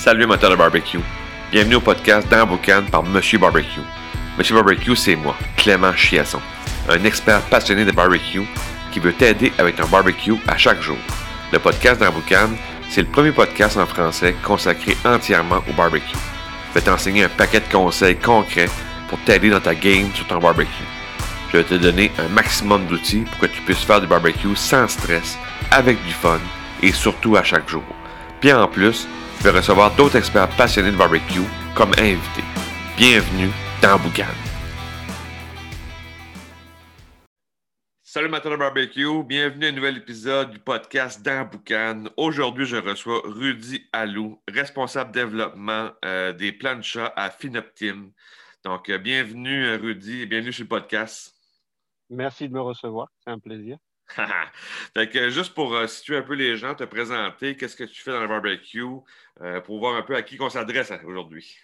Salut amateurs de barbecue. Bienvenue au podcast Dans la Boucane par Monsieur Barbecue. Monsieur Barbecue, c'est moi, Clément Chiasson, un expert passionné de barbecue qui veut t'aider avec ton barbecue à chaque jour. Le podcast Dans la Boucane, c'est le premier podcast en français consacré entièrement au barbecue. Je vais t'enseigner un paquet de conseils concrets pour t'aider dans ta game sur ton barbecue. Je vais te donner un maximum d'outils pour que tu puisses faire du barbecue sans stress, avec du fun et surtout à chaque jour. Puis en plus, je vais recevoir d'autres experts passionnés de barbecue comme invités. Bienvenue dans Boucane. Salut amateurs de barbecue, bienvenue à un nouvel épisode du podcast Dans Boucane. Aujourd'hui, je reçois Rudy Allou, responsable développement des plans de chat à Finoptim. Donc, bienvenue Rudy et bienvenue sur le podcast. Merci de me recevoir, c'est un plaisir. Fait que juste pour situer un peu les gens, te présenter, qu'est-ce que tu fais dans le barbecue, pour voir un peu à qui on s'adresse aujourd'hui.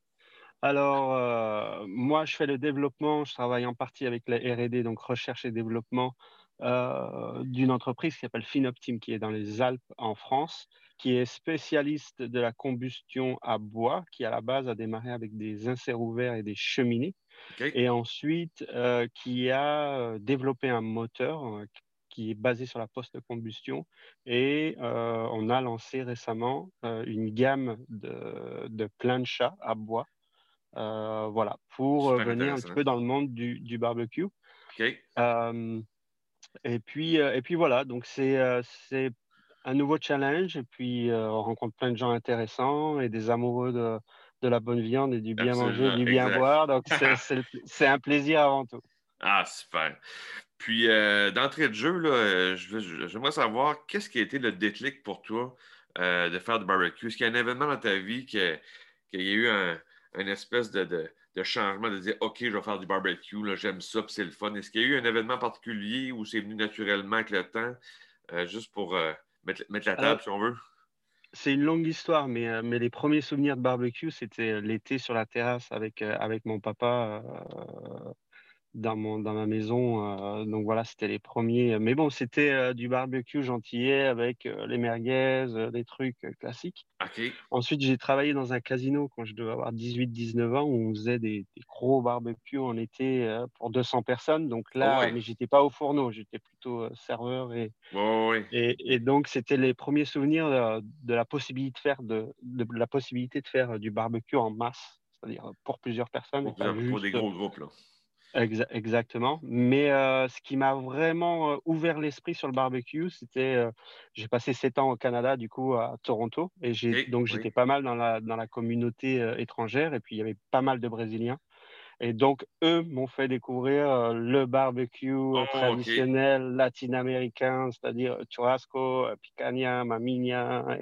Alors, moi, je fais le développement, je travaille en partie avec la R&D, donc recherche et développement, d'une entreprise qui s'appelle Finoptim, qui est dans les Alpes en France, qui est spécialiste de la combustion à bois, qui à la base a démarré avec des inserts ouverts et des cheminées, OK? et ensuite qui a développé un moteur qui est basé sur la post-combustion. Et on a lancé récemment une gamme de planchas à bois, voilà, pour Super venir un petit intéressant. peu dans le monde du barbecue. OK? Euh, et puis voilà, donc c'est un nouveau challenge. Et puis on rencontre plein de gens intéressants et des amoureux de la bonne viande et du bien manger, Absolument, du bien exact. boire. Donc c'est un plaisir avant tout. Ah, super. Puis, d'entrée de jeu, là, j'aimerais savoir qu'est-ce qui a été le déclic pour toi de faire du barbecue? Est-ce qu'il y a un événement dans ta vie qu'il y a eu un espèce de changement de dire, OK, je vais faire du barbecue, là, j'aime ça, puis c'est le fun. Est-ce qu'il y a eu un événement particulier où c'est venu naturellement avec le temps, juste pour mettre la table, Alors, si on veut? c'est une longue histoire, mais les premiers souvenirs de barbecue, c'était l'été sur la terrasse avec mon papa. Dans ma maison. Donc voilà, c'était les premiers. Mais bon, c'était du barbecue gentillet avec les merguez, des trucs classiques. OK. Ensuite, j'ai travaillé dans un casino quand je devais avoir 18-19 ans, où on faisait des gros barbecues en été pour 200 personnes. Donc Oh, là, oui. mais j'étais pas au fourneau, j'étais plutôt serveur. Oui, oui, oui. Et donc, c'était les premiers souvenirs de la possibilité de la possibilité de faire du barbecue en masse, c'est-à-dire pour plusieurs personnes et pas Pour des juste. gros groupes, là. Exactement. Mais ce qui m'a vraiment ouvert l'esprit sur le barbecue, c'était, j'ai passé 7 ans au Canada, du coup, à Toronto, et OK, donc oui. j'étais pas mal dans la communauté étrangère, et puis il y avait pas mal de Brésiliens. Et donc, eux m'ont fait découvrir le barbecue Oh, OK. traditionnel latino-américain, c'est-à-dire churrasco, picanha, mamilla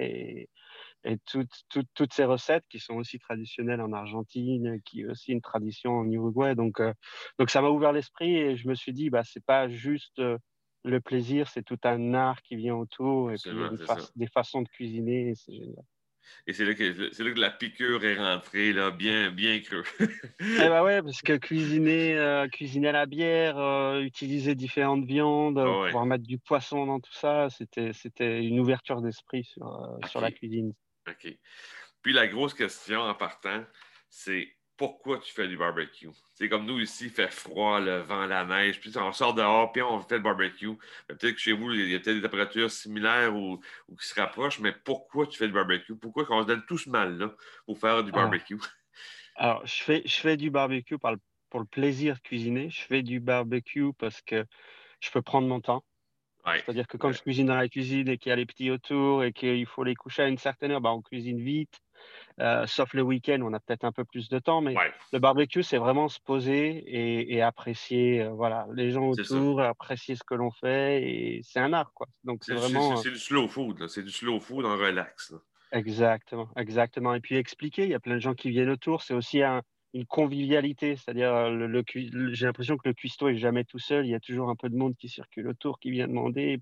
et toutes ces recettes qui sont aussi traditionnelles en Argentine, qui est aussi une tradition en Uruguay. Donc ça m'a ouvert l'esprit et je me suis dit, bah, c'est pas juste le plaisir, c'est tout un art qui vient autour et puis Absolument, c'est ça. des façons de cuisiner. C'est génial. Et c'est là que la piqûre est rentrée, là, bien, bien creux. Eh ben ouais, parce que cuisiner à la bière, utiliser différentes viandes, Ah ouais, pouvoir mettre du poisson dans tout ça, c'était une ouverture d'esprit sur la OK, cuisine. OK. Puis la grosse question en partant, c'est pourquoi tu fais du barbecue? C'est comme nous ici, il fait froid, le vent, la neige, puis on sort dehors, puis on fait le barbecue. Mais peut-être que chez vous, il y a peut-être des températures similaires ou qui se rapprochent, mais pourquoi tu fais du barbecue? Pourquoi qu'on se donne tout ce mal-là pour faire du Ah. barbecue? Alors, je fais du barbecue pour le plaisir de cuisiner. Je fais du barbecue parce que je peux prendre mon temps. Ouais, C'est-à-dire que quand ouais, je cuisine dans la cuisine et qu'il y a les petits autour et qu'il faut les coucher à une certaine heure, bah, on cuisine vite. Sauf le week-end, on a peut-être un peu plus de temps. Mais ouais, le barbecue, c'est vraiment se poser et apprécier voilà, les gens c'est ça. autour, apprécier ce que l'on fait. Et c'est un art, quoi. Donc, c'est vraiment. C'est du slow food, là. C'est du slow food en relax, là. Exactement, exactement. Et puis expliquer, il y a plein de gens qui viennent autour. C'est aussi une convivialité, c'est-à-dire j'ai l'impression que le cuistot est jamais tout seul. Il y a toujours un peu de monde qui circule autour, qui vient demander.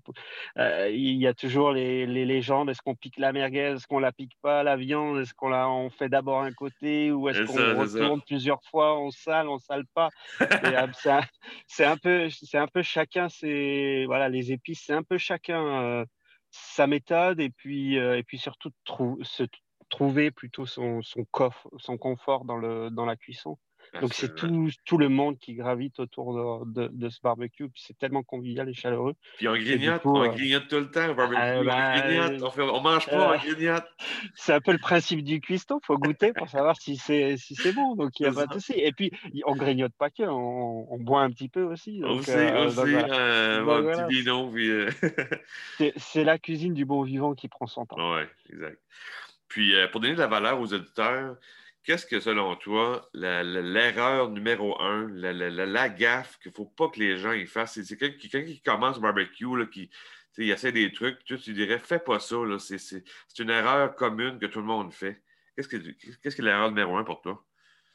Il y a toujours les légendes. Est-ce qu'on pique la merguez? Est-ce qu'on la pique pas, la viande? Est-ce on fait d'abord un côté ou est-ce C'est qu'on ça, c'est ça. retourne plusieurs fois? On sale pas? Et c'est un peu chacun. Voilà, les épices, c'est un peu chacun sa méthode et puis surtout trouver plutôt son confort dans la cuisson. Donc c'est Absolument. tout le monde qui gravite autour de ce barbecue. Puis c'est tellement convivial et chaleureux Puis que du coup, on grignote tout le temps au barbecue, on grignote, on mange pas, on euh, grignote. c'est un peu le principe du cuistot. Faut goûter pour savoir si c'est bon. Donc il y a C'est pas de ça. souci. Et puis on grignote pas que, on boit un petit peu aussi. Donc Aussi, voilà. bon, Donc un petit voilà. vino, puis C'est la cuisine du bon vivant qui prend son temps. ouais, exact. Puis, pour donner de la valeur aux auditeurs, qu'est-ce que, selon toi, l'erreur numéro un, la gaffe qu'il ne faut pas que les gens y fassent? C'est quelqu'un qui commence le barbecue, là, qui tu sais, il essaie des trucs, toi, tu dirais, fais pas ça, là, c'est une erreur commune que tout le monde fait. Qu'est-ce que est l'erreur numéro un pour toi?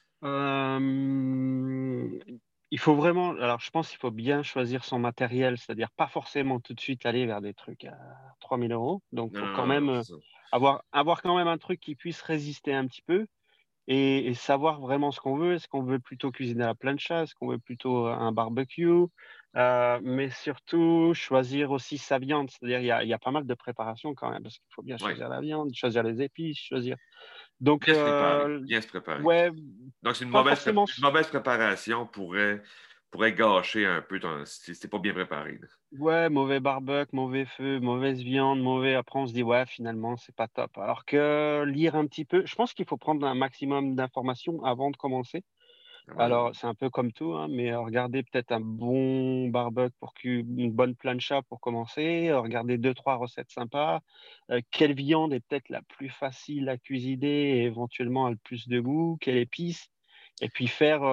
Euh, il faut vraiment, alors je pense qu'il faut bien choisir son matériel, c'est-à-dire pas forcément tout de suite aller vers des trucs à 3000 euros. Donc, Non, faut non, quand non, non, même c'est ça. avoir quand même un truc qui puisse résister un petit peu et savoir vraiment ce qu'on veut. Est-ce qu'on veut plutôt cuisiner à la plancha? Est-ce qu'on veut plutôt un barbecue? Mais surtout, choisir aussi sa viande. C'est-à-dire, il y a pas mal de préparation quand même, parce qu'il faut bien Oui, choisir la viande, choisir les épices, choisir. Donc, bien se préparer, bien se préparer. ouais, Donc, pas forcément. une mauvaise préparation pourrait gâcher un peu si t'es pas bien préparé, là. Ouais, mauvais barbecue, mauvais feu, mauvaise viande, mauvais. Après, on se dit, ouais, finalement, c'est pas top. Alors que lire un petit peu, je pense qu'il faut prendre un maximum d'informations avant de commencer. Ah, voilà. Alors, c'est un peu comme tout, hein, mais regarder peut-être un bon barbecue une bonne plancha pour commencer, regarder deux, trois recettes sympas. Quelle viande est peut-être la plus facile à cuisiner et éventuellement a le plus de goût, quelle épice. Et puis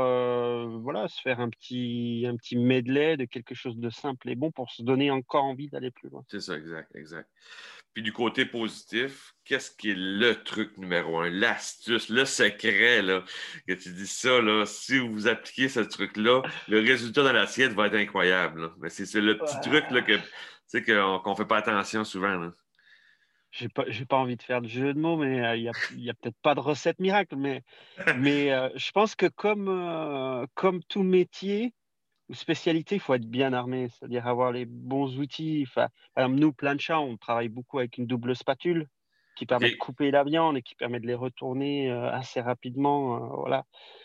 voilà, se faire un petit medley de quelque chose de simple et bon pour se donner encore envie d'aller plus loin. C'est ça, exact, exact. Puis du côté positif, qu'est-ce qui est le truc numéro un, l'astuce, le secret, là, que tu dis ça, là, si vous appliquez ce truc-là, le résultat dans l'assiette va être incroyable, là. Mais c'est le petit truc, là, tu sais, qu'on fait pas attention souvent, là. J'ai pas envie de faire de jeu de mots, mais il y a peut-être pas de recette miracle, mais je pense que comme tout métier ou spécialité, il faut être bien armé, c'est-à-dire avoir les bons outils. Enfin, par exemple, nous, plancha, on travaille beaucoup avec une double spatule qui OK? permet de couper la viande et qui permet de les retourner assez rapidement. Voilà.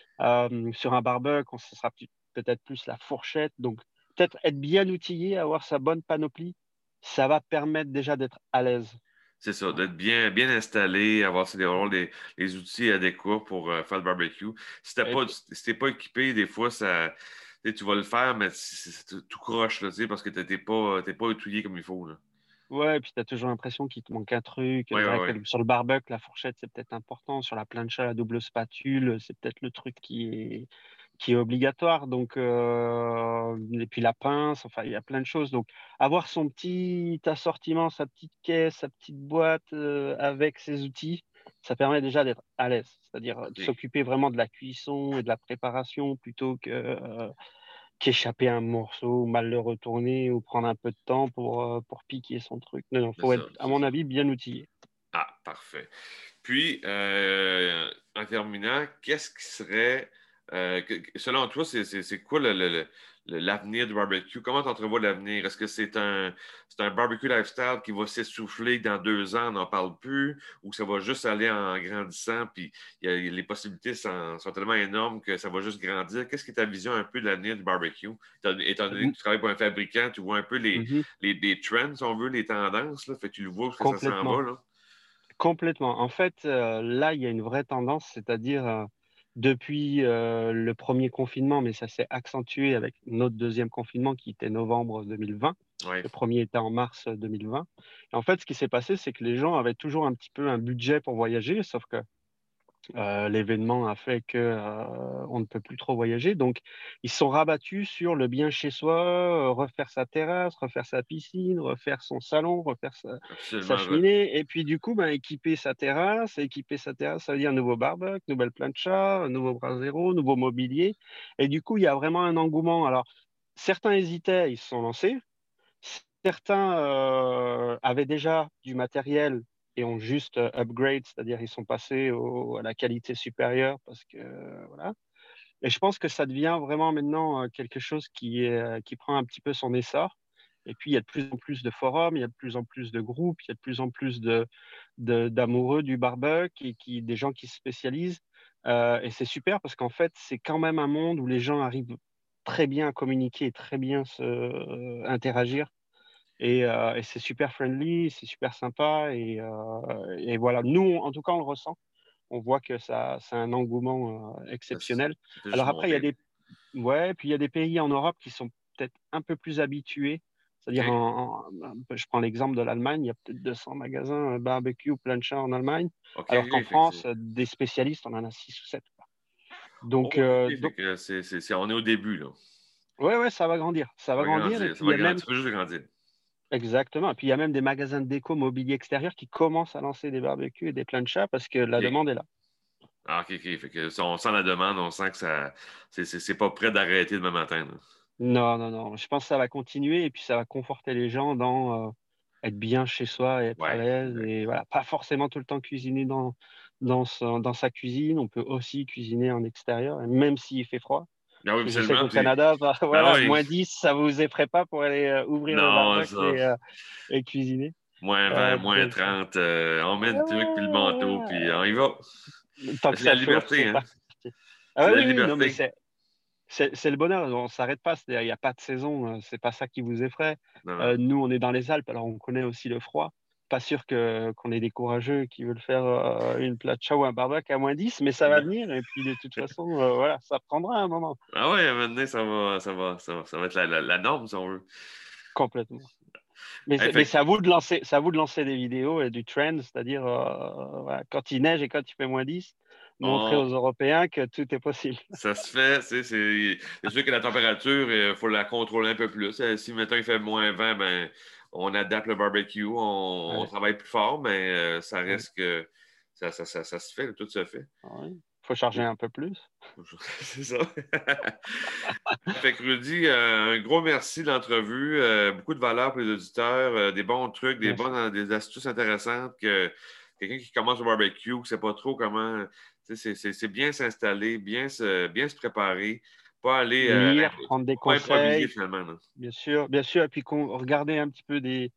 Sur un barbecue, ce sera peut-être plus la fourchette. Donc, peut-être être bien outillé, avoir sa bonne panoplie, ça va permettre déjà d'être à l'aise. C'est ça, Voilà. d'être bien installé, avoir les outils adéquats pour faire le barbecue. Et puis, Si t'es pas équipé, des fois, tu sais, tu vas le faire, mais c'est tout croche, là, tu sais, parce que t'es pas outillé comme il faut, là. ouais, et puis tu as toujours l'impression qu'il te manque un truc. Oui, C'est oui, vrai oui. que sur le barbecue, la fourchette, c'est peut-être important. Sur la plancha, la double spatule, c'est peut-être le truc qui est obligatoire. Donc, et puis la pince, enfin, il y a plein de choses. Donc, avoir son petit assortiment, sa petite caisse, sa petite boîte avec ses outils, ça permet déjà d'être à l'aise. C'est-à-dire de OK. s'occuper vraiment de la cuisson et de la préparation plutôt qu'échapper un morceau ou mal le retourner ou prendre un peu de temps pour piquer son truc. Non, non, C'est faut être, ça, à c'est mon ça. avis, bien outillé. Ah, parfait. Puis, en terminant, qu'est-ce qui serait, selon toi, c'est quoi l'avenir du barbecue? Comment tu entrevois l'avenir? Est-ce que c'est un barbecue lifestyle qui va s'essouffler dans 2 ans, on n'en parle plus, ou que ça va juste aller en grandissant, puis les possibilités sont tellement énormes que ça va juste grandir? Qu'est-ce qui est ta vision un peu de l'avenir du barbecue? Étant donné que Mhm. tu travailles pour un fabricant, tu vois un peu Mhm. les trends, si on veut, les tendances, là, fait que tu le vois où que ça s'en va, Complètement. là. Complètement. En fait, là, il y a une vraie tendance, c'est-à-dire depuis le premier confinement, mais ça s'est accentué avec notre deuxième confinement qui était novembre 2020. Ouais. Le premier était en mars 2020. Et en fait, ce qui s'est passé, c'est que les gens avaient toujours un petit peu un budget pour voyager, sauf que l'événement a fait que on ne peut plus trop voyager. Donc, ils se sont rabattus sur le bien chez soi, refaire sa terrasse, refaire sa piscine, refaire son salon, refaire sa Absolument. cheminée. Et puis, du coup, ben, équiper sa terrasse. Équiper sa terrasse, ça veut dire nouveau barbecue, nouvelle plancha, nouveau brasero, nouveau mobilier. Et du coup, il y a vraiment un engouement. Alors, certains hésitaient, ils se sont lancés. Certains avaient déjà du matériel et ont juste upgrade, c'est-à-dire ils sont passés à la qualité supérieure parce que voilà. Et je pense que ça devient vraiment maintenant quelque chose qui prend un petit peu son essor. Et puis, il y a de plus en plus de forums, il y a de plus en plus de groupes, il y a de plus en plus d'amoureux du barbecue et des gens qui se spécialisent. Et c'est super parce qu'en fait, c'est quand même un monde où les gens arrivent très bien à communiquer et très bien interagir. Et c'est super friendly, c'est super sympa. Et voilà, nous, en tout cas, on le ressent. On voit que ça a un engouement exceptionnel. Ça fait juste Alors après, monter. puis il y a des pays en Europe qui sont peut-être un peu plus habitués. C'est-à-dire, OK. je prends l'exemple de l'Allemagne, il y a peut-être 200 magasins barbecue, plancha en Allemagne, OK, alors qu'en OK. Fait que France, des spécialistes, on en a 6 ou 7. Donc, Oh, OK. Fait donc que on est au début, là. ouais, ça va grandir. Ça Ça va va grandir. Et grandir. puis, Ça il y va a grandir. même, Ça fait juste grandir. exactement. Et puis, il y a même des magasins de déco mobilier extérieur qui commencent à lancer des barbecues et des planchas parce que la OK. demande est là. Ah, OK, OK. Fait que ça, on sent la demande, on sent que c'est pas prêt d'arrêter demain matin, là. Non, non, non. Je pense que ça va continuer et puis ça va conforter les gens dans être bien chez soi et être à Ouais, l'aise. exact. Et voilà, pas forcément tout le temps cuisiner dans sa cuisine. On peut aussi cuisiner en extérieur, et même s'il fait froid. Ah oui, Parce que je sais absolument. qu'au Puis, Canada, bah, ben voilà, oui. -10, ça vous effraie pas pour aller ouvrir le Non, barbecue ça. et cuisiner. -20, moins Donc, 30, on met le truc puis le manteau, puis on y ouais, va. tant Ben, que c'est la ça chauffe, c'est liberté, hein? parti. Ah C'est ouais, la oui, oui, non, mais liberté. c'est le bonheur, on ne s'arrête pas, c'est-à-dire il n'y a pas de saison, c'est pas ça qui vous effraie. Non, non. Nous, on est dans les Alpes, alors on connaît aussi le froid. Pas sûr qu'on ait des courageux qui veulent faire une plancha ou un barbecue à -10, mais ça va venir. Et puis de toute façon, voilà, ça prendra un moment, Ah ouais, à un moment donné, ça va être la norme, si on veut. complètement. Mais Hey, mais fait que, c'est à vous de lancer des vidéos et du trend, c'est-à-dire voilà, quand il neige et quand il fait -10, montrer on, aux Européens que tout est possible. ça se fait, c'est sûr que la température, il faut la contrôler un peu plus. Si, mettons, il fait -20, ben, on adapte le barbecue, on Ouais, travaille plus fort, mais ça ouais, reste que ça se fait, tout se fait. ouais. Faut charger un peu plus. C'est ça. Fait que Rudy, un gros merci de l'entrevue. Beaucoup de valeur pour les auditeurs, des bons trucs, Merci. des astuces intéressantes que quelqu'un qui commence au barbecue, qui ne sait pas trop comment. Tu sais, c'est bien s'installer, bien se préparer, pas aller Lire, prendre des pas improviser conseils, finalement, là. bien sûr, et puis regarder un petit peu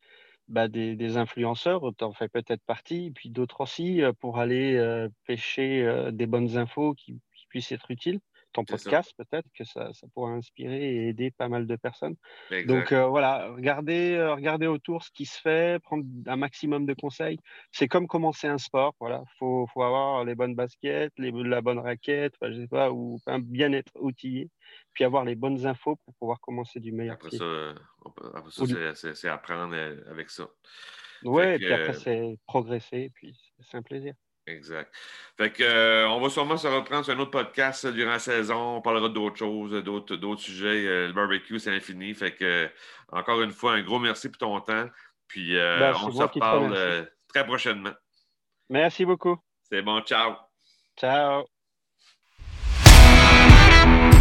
des influenceurs, tu en fais peut-être partie, et puis d'autres aussi, pour aller pêcher des bonnes infos qui puissent être utiles. Ton C'est ça. podcast, peut-être que ça pourra inspirer et aider pas mal de personnes. Donc Exact. voilà, regardez autour ce qui se fait, prendre un maximum de conseils. C'est comme commencer un sport, voilà. Faut avoir les bonnes baskets, la bonne raquette, enfin, je sais pas, ou enfin, bien être outillé, puis avoir les bonnes infos pour pouvoir commencer du meilleur Après ça, pied. Ou c'est apprendre avec ça. Fait Ouais, et que, puis après, c'est progresser, et puis c'est un plaisir. exact. Fait que, on va sûrement se reprendre sur un autre podcast durant la saison. On parlera d'autres choses, d'autres sujets. Le barbecue, c'est infini. Fait que, encore une fois, un gros merci pour ton temps. Puis, Bah, on c'est se moi qui te reparle remercie. très prochainement. Merci beaucoup. C'est bon, ciao! Ciao.